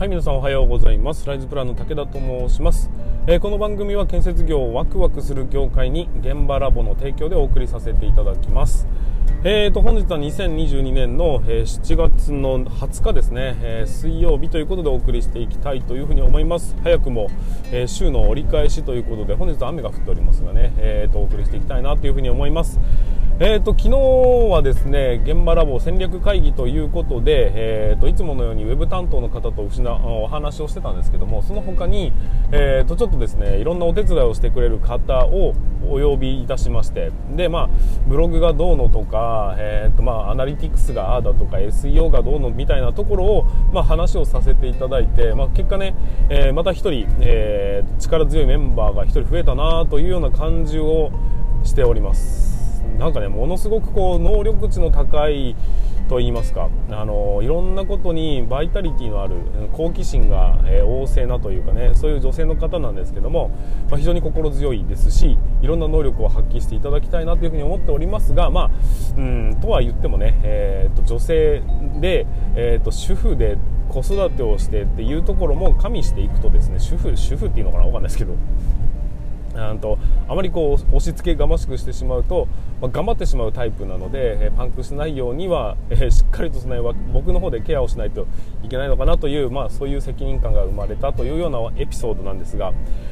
はい、皆さんおはようございます。ライズプランの武田と申します。この番組は建設業をワクワクする業界に現場ラボの提供でお送りさせていただきます。本日は2022年の7月の20日ですね、水曜日ということでお送りしていきたいというふうに思います。早くも週の折り返しということで本日は雨が降っておりますがね、お送りしていきたいなというふうに思います。昨日はですね、現場ラボ戦略会議ということで、いつものようにウェブ担当の方とお話をしてたんですけども、その他に、ちょっとですね、いろんなお手伝いをしてくれる方をお呼びいたしまして、で、ブログがどうのとか、アナリティクスがああだとか SEO がどうのみたいなところを、話をさせていただいて、結果ね、また一人、力強いメンバーが一人増えたなというような感じをしております。なんかね、ものすごく能力値の高いと言いますか、いろんなことにバイタリティのある好奇心が、旺盛なというかね、そういう女性の方なんですけども、非常に心強いですし、いろんな能力を発揮していただきたいなというふうに思っておりますが、とは言ってもね、女性で、主婦で子育てをしてっていうところも加味していくとですね、主婦っていうのかな、わかんないですけど、あまり押し付けがましくしてしまうと、頑張ってしまうタイプなので、パンクしないようには、しっかりと僕の方でケアをしないといけないのかなという、そういう責任感が生まれたというようなエピソードなんですが、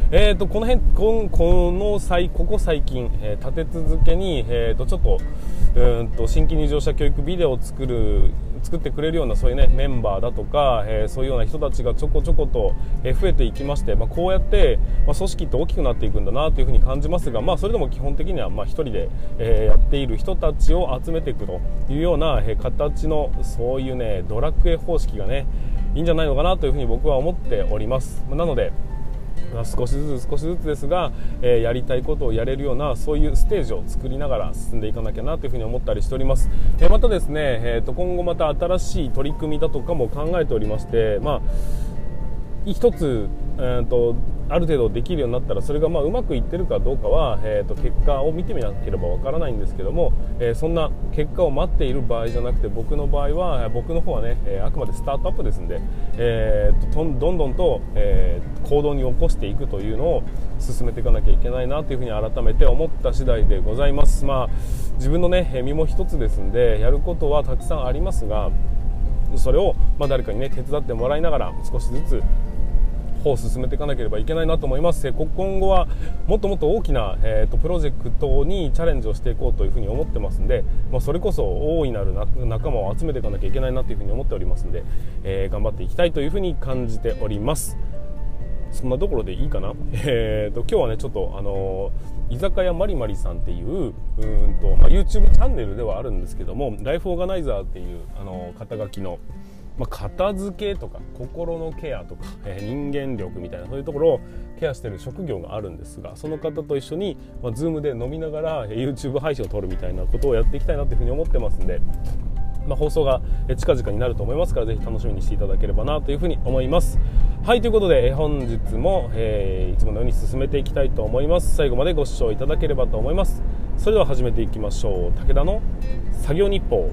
ここ最近、立て続けに、ちょっと新規入場者教育ビデオを作ってくれるようなそういうねメンバーだとか、そういうような人たちがちょこちょこと、増えていきまして、こうやって、組織って大きくなっていくんだなというふうに感じますが、それでも基本的には一人で、やっている人たちを集めていくというような、形のそういうねドラクエ方式がねいいんじゃないのかなというふうに僕は思っております。なので少しずつですが、やりたいことをやれるようなそういうステージを作りながら進んでいかなきゃなというふうに思ったりしております。またですね、今後また新しい取り組みだとかも考えておりまして、一つ、ある程度できるようになったらそれがうまくいってるかどうかは、結果を見てみなければわからないんですけども、そんな結果を待っている場合じゃなくて、僕の方はね、あくまでスタートアップですんで、どんどんと、行動に起こしていくというのを進めていかなきゃいけないなというふうに改めて思った次第でございます。自分のね身も一つですんで、やることはたくさんありますが、それを誰かにね手伝ってもらいながら少しずつを進めていかなければいけないなと思います。今後はもっともっと大きな、プロジェクトにチャレンジをしていこうというふうに思ってますんで、それこそ大いなる仲間を集めていかなきゃいけないなというふうに思っておりますので、頑張っていきたいというふうに感じております。そんなところでいいかな。今日はねちょっと居酒屋まりまりさんっていうYouTube チャンネルではあるんですけども、ライフオーガナイザーっていう肩書きの片付けとか心のケアとか、人間力みたいなそういうところをケアしている職業があるんですが、その方と一緒に、Zoom で飲みながら YouTube 配信を撮るみたいなことをやっていきたいなというふうに思ってますんで、放送が近々になると思いますから、ぜひ楽しみにしていただければなというふうに思います。はい、ということで本日も、いつものように進めていきたいと思います。最後までご視聴いただければと思います。それでは始めていきましょう。武田の作業日報。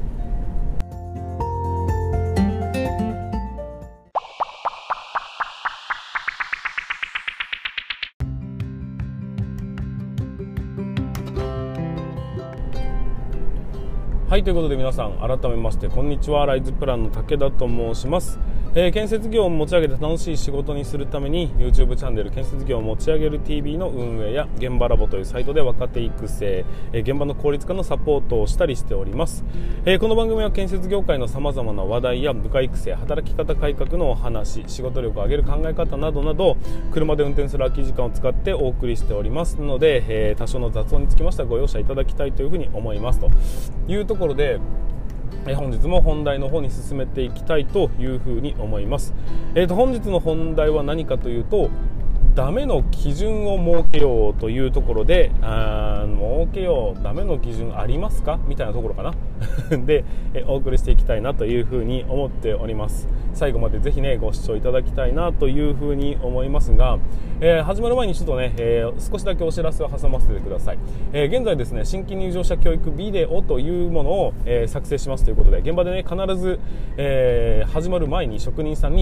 はい、ということで皆さん改めましてこんにちは。ライズプランの武田と申します。建設業を持ち上げて楽しい仕事にするために YouTube チャンネル建設業を持ち上げる TV の運営や現場ラボというサイトで若手育成、現場の効率化のサポートをしたりしております。この番組は建設業界の様々な話題や部下育成、働き方改革のお話、仕事力を上げる考え方などなど車で運転する空き時間を使ってお送りしておりますので、多少の雑音につきましてはご容赦いただきたいというふうに思いますというところで、本日も本題の方に進めていきたいというふうに思います。本日の本題は何かというと、ダメの基準を設けようというところで、設けよう、ダメの基準ありますかみたいなところかなで、お送りしていきたいなというふうに思っております。最後までぜひねご視聴いただきたいなというふうに思いますが、始まる前にちょっとね、少しだけお知らせを挟ませてください。現在ですね、新規入場者教育ビデオというものを、作成しますということで、現場でね必ず、始まる前に職人さんに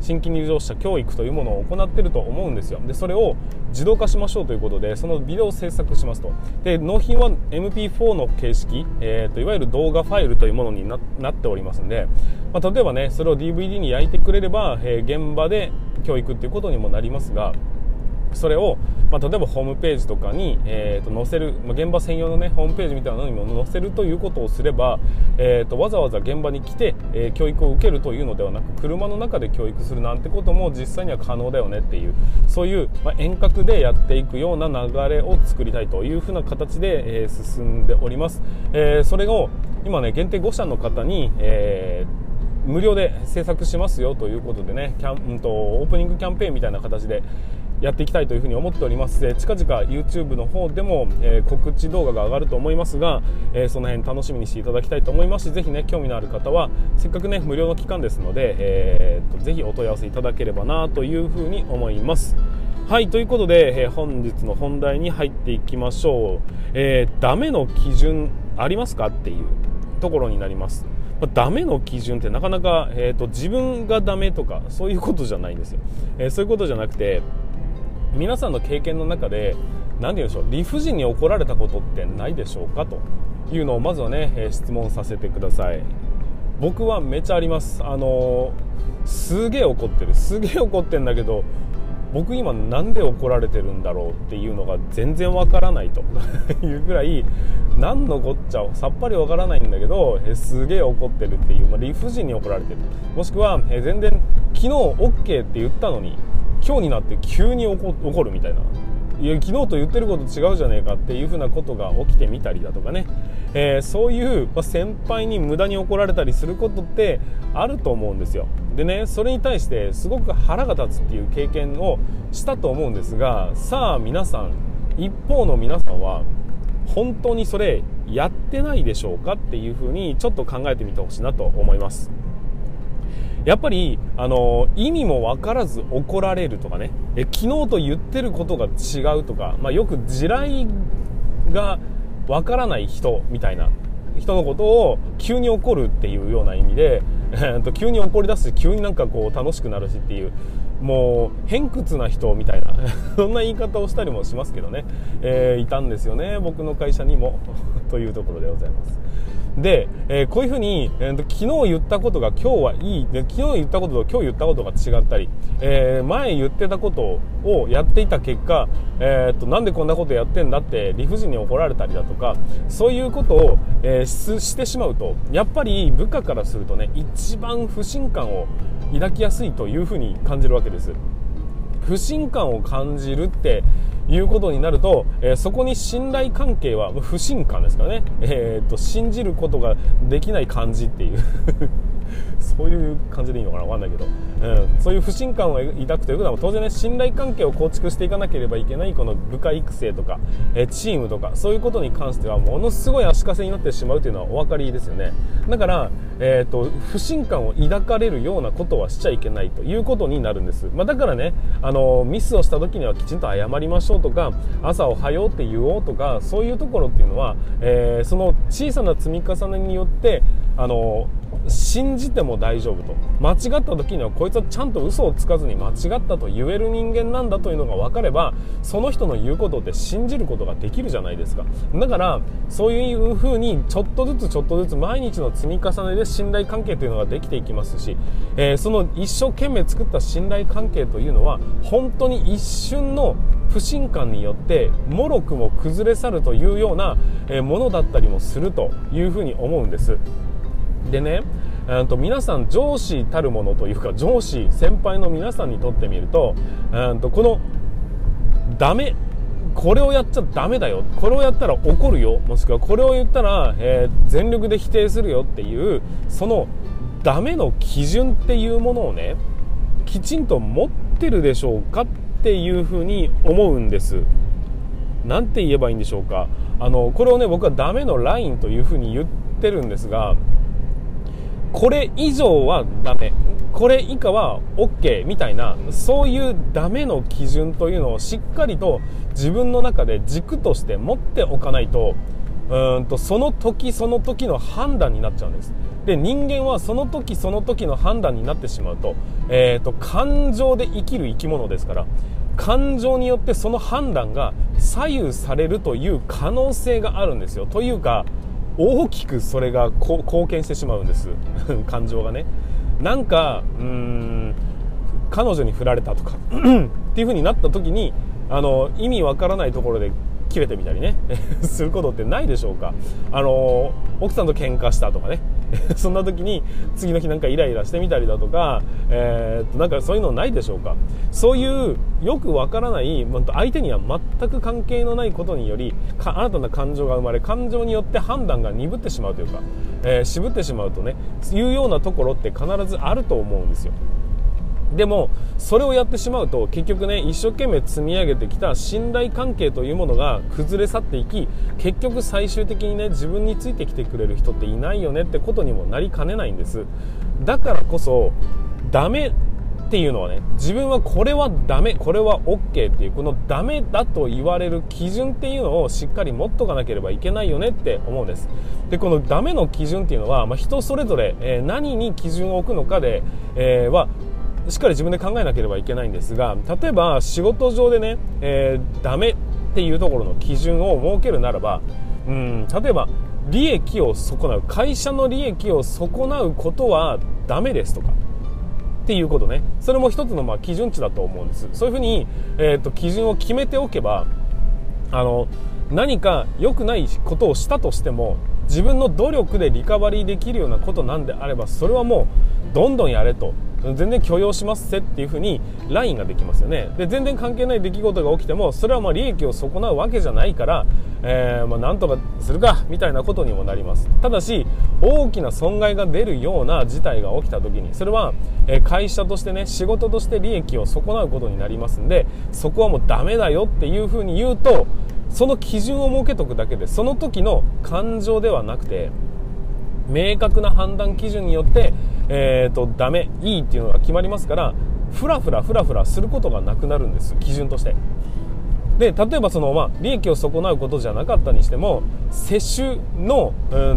新規入場者教育というものを行っていると思うんですよ。でそれを自動化しましょうということで、そのビデオを制作しますと。で納品は MP4 の形式、いわゆる動画ファイルというものに なっておりますので、例えばねそれを DVD に焼いてくれれば、現場で教育ということにもなりますが、それを、例えばホームページとかに、載せる、現場専用の、ね、ホームページみたいなのにも載せるということをすれば、わざわざ現場に来て、教育を受けるというのではなく、車の中で教育するなんてことも実際には可能だよねっていう、そういう、遠隔でやっていくような流れを作りたいというふうな形で、進んでおります。それを今ね限定5社の方に、無料で制作しますよということでね、オープニングキャンペーンみたいな形でやっていきたいというふうに思っております。近々 YouTube の方でも、告知動画が上がると思いますが、その辺楽しみにしていただきたいと思いますし、ぜひね興味のある方はせっかくね無料の期間ですので、ぜひお問い合わせいただければなというふうに思います。はい、ということで、本日の本題に入っていきましょう。ダメの基準ありますかっていうところになります。ダメの基準ってなかなか、自分がダメとかそういうことじゃないんですよ。そういうことじゃなくて、皆さんの経験の中で何て言うんでしょう、理不尽に怒られたことってないでしょうかというのをまずはね、質問させてください。僕はめちゃあります。すげえ怒ってんだけど、僕今なんで怒られてるんだろうっていうのが全然わからないというぐらい、何のこっちゃさっぱりわからないんだけど、すげえ怒ってるっていう、理不尽に怒られてる、もしくは、全然昨日 OK って言ったのに今日になって急に怒るみたいな、いや昨日と言ってること違うじゃねえかっていうふうなことが起きてみたりだとかね、そういう、先輩に無駄に怒られたりすることってあると思うんですよ。でね、それに対してすごく腹が立つっていう経験をしたと思うんですが、さあ皆さん、一方の皆さんは本当にそれやってないでしょうかっていうふうにちょっと考えてみてほしいなと思います。やっぱり意味も分からず怒られるとかね、昨日と言ってることが違うとか、よく地雷が分からない人みたいな人のことを急に怒るっていうような意味で、急に怒り出すし、急になんかこう楽しくなるしっていう、もう偏屈な人みたいなそんな言い方をしたりもしますけどね、いたんですよね、僕の会社にもというところでございます。で、こういうふうに、昨日言ったことが今日はいいで、昨日言ったことと今日言ったことが違ったり、前言ってたことをやっていた結果、なんでこんなことやってんだって理不尽に怒られたりだとか、そういうことを、してしまうと、やっぱり部下からするとね、一番不信感を抱きやすいというふうに感じるわけです。不信感を感じるっていうことになると、そこに信頼関係は不信感ですからね、信じることができない感じっていうそういう感じでいいのかな、わかんないけど、そういう不信感を抱くということは当然ね、信頼関係を構築していかなければいけないこの部下育成とか、チームとかそういうことに関してはものすごい足かせになってしまうというのはお分かりですよね。だから、不信感を抱かれるようなことはしちゃいけないということになるんです。だからね、ミスをした時にはきちんと謝りましょうとか、朝おはようって言おうとか、そういうところっていうのは、その小さな積み重ねによって信じても大丈夫と、間違った時にはこいつはちゃんと嘘をつかずに間違ったと言える人間なんだというのが分かれば、その人の言うことって信じることができるじゃないですか。だからそういう風にちょっとずつ毎日の積み重ねで信頼関係というのができていきますし、その一生懸命作った信頼関係というのは本当に一瞬の不信感によってもろくも崩れ去るというようなものだったりもするというふうに思うんです。でね、皆さん上司たるものというか、上司先輩の皆さんにとってみると、このダメ、これをやっちゃダメだよ、これをやったら怒るよ、もしくはこれを言ったら、全力で否定するよっていう、そのダメの基準っていうものをね、きちんと持ってるでしょうかっていうふうに思うんです。なんて言えばいいんでしょうか。これをね、僕はダメのラインというふうに言ってるんですが、これ以上はダメ、これ以下は OK みたいな、そういうダメの基準というのをしっかりと自分の中で軸として持っておかないと、 その時その時の判断になっちゃうんです。で、人間はその時その時の判断になってしまうと、感情で生きる生き物ですから、感情によってその判断が左右されるという可能性があるんですよ。というか、大きくそれが貢献してしまうんです感情がね。なんか彼女に振られたとかっていう風になった時に意味わからないところで切れてみたりねすることってないでしょうか。奥さんと喧嘩したとかねそんな時に次の日なんかイライラしてみたりだとか、なんかそういうのないでしょうか。そういうよくわからない相手には全く関係のないことにより新たな感情が生まれ、感情によって判断が鈍ってしまうというか、渋ってしまうとねいうようなところって必ずあると思うんですよ。でもそれをやってしまうと結局ね、一生懸命積み上げてきた信頼関係というものが崩れ去っていき、結局最終的にね自分についてきてくれる人っていないよねってことにもなりかねないんです。だからこそダメっていうのはね、自分はこれはダメ、これは OK っていうこのダメだと言われる基準っていうのをしっかり持っとかなければいけないよねって思うんです。で、このダメの基準っていうのは、人それぞれ、何に基準を置くのかで、はしっかり自分で考えなければいけないんですが、例えば仕事上でね、ダメっていうところの基準を設けるならば、例えば利益を損なう、会社の利益を損なうことはダメですとかっていうことね、それも一つの基準値だと思うんです。そういうふうに、基準を決めておけば、何か良くないことをしたとしても自分の努力でリカバリーできるようなことなんであれば、それはもうどんどんやれと、全然許容しますせっていう風にラインができますよね。で、全然関係ない出来事が起きてもそれは利益を損なうわけじゃないから、なんとかするかみたいなことにもなります。ただし大きな損害が出るような事態が起きた時に、それは会社としてね、仕事として利益を損なうことになりますんで、そこはもうダメだよっていう風に言うと、その基準を設けとくだけでその時の感情ではなくて明確な判断基準によって、ダメいいっていうのが決まりますから、フラフラすることがなくなるんです、基準として。で、例えば利益を損なうことじゃなかったにしても、接種の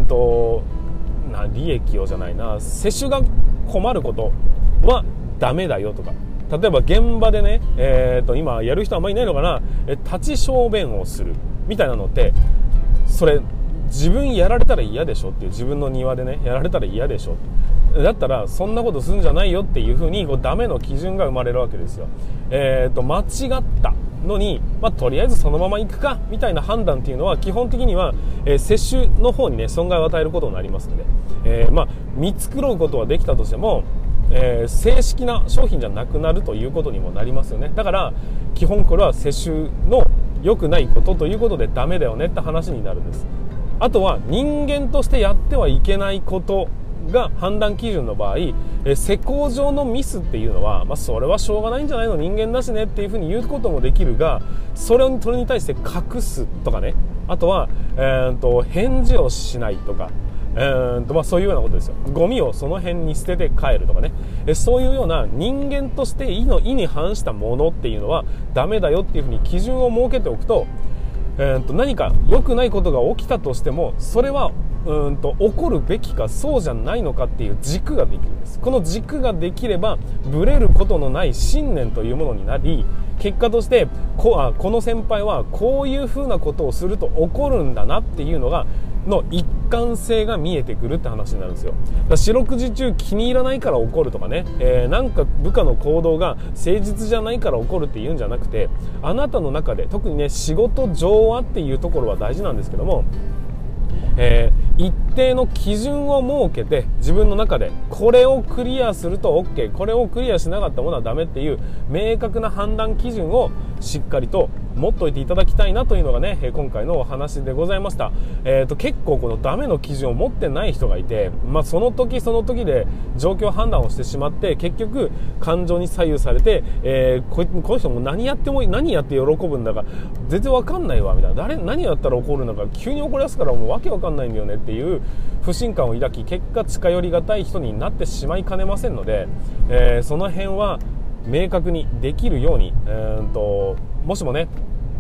利益をじゃないな、接種が困ることはダメだよとか、例えば現場でね、今やる人あんまりいないのかな、立ち小便をするみたいなのって、それ自分やられたら嫌でしょっていう、自分の庭でねやられたら嫌でしょ、だったらそんなことするんじゃないよっていう風にダメの基準が生まれるわけですよ。間違ったのに、とりあえずそのまま行くかみたいな判断っていうのは基本的には、接種の方にね損害を与えることになりますので、見繕うことはできたとしても、正式な商品じゃなくなるということにもなりますよね。だから基本これは接種の良くないことということでダメだよねって話になるんです。あとは人間としてやってはいけないことが判断基準の場合、施工上のミスっていうのは、それはしょうがないんじゃないの、人間だしねっていうふうに言うこともできるが、それに対して隠すとかね、あとは、返事をしないとか、そういうようなことですよ。ゴミをその辺に捨てて帰るとかね、そういうような人間として意に反したものっていうのはダメだよっていうふうに基準を設けておくと、何か良くないことが起きたとしても、それは起こるべきかそうじゃないのかっていう軸ができるんです。この軸ができればブレることのない信念というものになり、結果としてこの先輩はこういうふうなことをすると起こるんだなっていうの一貫性が見えてくるって話になるんですよ。だから四六時中気に入らないから怒るとかね、なんか部下の行動が誠実じゃないから怒るっていうんじゃなくて、あなたの中で特にね仕事上はっていうところは大事なんですけども、一定の基準を設けて自分の中でこれをクリアすると OK、 これをクリアしなかったものはダメっていう明確な判断基準をしっかりと持っておいていただきたいなというのがね、今回のお話でございました。結構このダメの基準を持ってない人がいて、その時その時で状況判断をしてしまって、結局感情に左右されて、この人も何やって喜ぶんだか全然わかんないわみたいな、何やったら怒るのか急に怒り出すからもうわけわかんないんだよねっていう不信感を抱き、結果近寄りがたい人になってしまいかねませんので、その辺は明確にできるように、もしもね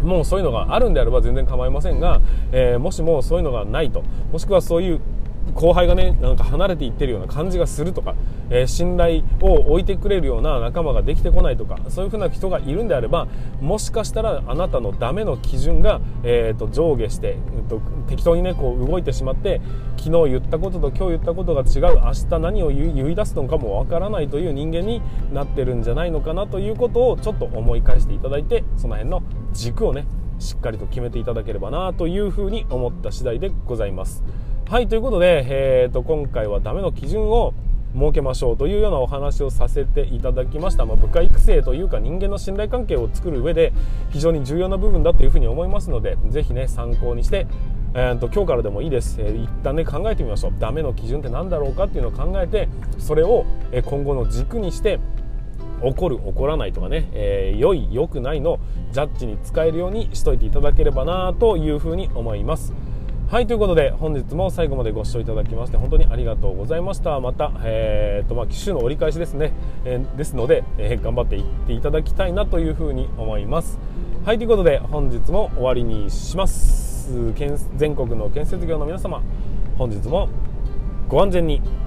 もうそういうのがあるんであれば全然構いませんが、もしもそういうのがないと、もしくはそういう後輩がねなんか離れていってるような感じがするとか、信頼を置いてくれるような仲間ができてこないとか、そういうふうな人がいるんであれば、もしかしたらあなたのダメの基準が、上下して、適当にねこう動いてしまって、昨日言ったことと今日言ったことが違う、明日何を言い出すのかもわからないという人間になってるんじゃないのかなということをちょっと思い返していただいて、その辺の軸をねしっかりと決めていただければなというふうに思った次第でございます。はい、ということで、今回はダメの基準を設けましょうというようなお話をさせていただきました。部下育成というか人間の信頼関係を作る上で非常に重要な部分だというふうに思いますので、ぜひね参考にして、今日からでもいいです、一旦ね考えてみましょう。ダメの基準って何だろうかっていうのを考えて、それを今後の軸にして怒る怒らないとかね、良い良くないのジャッジに使えるようにしといていただければなというふうに思います。はい、ということで本日も最後までご視聴いただきまして本当にありがとうございました。また、機種の折り返しですね、ですので、頑張っていっていただきたいなというふうに思います。はい、ということで本日も終わりにします。全国の建設業の皆様、本日もご安全に。